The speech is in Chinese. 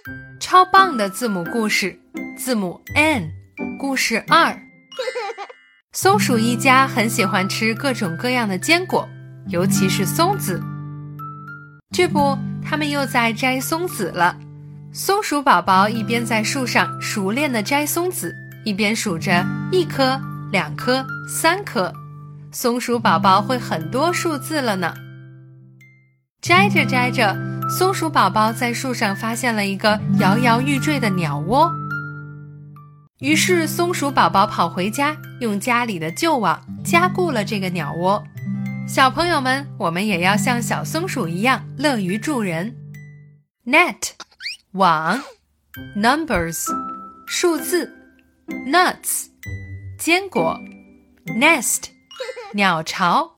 超棒的字母故事，字母 N， 故事2。松鼠一家很喜欢吃各种各样的坚果，尤其是松子。这不，他们又在摘松子了。松鼠宝宝一边在树上熟练地摘松子，一边数着1颗、2颗、3颗。松鼠宝宝会很多数字了呢。摘着摘着，松鼠宝宝在树上发现了一个摇摇欲坠的鸟窝。于是松鼠宝宝跑回家，用家里的旧网加固了这个鸟窝。小朋友们，我们也要像小松鼠一样乐于助人。 Net 网， Numbers 数字， Nuts 坚果， Nest 鸟巢。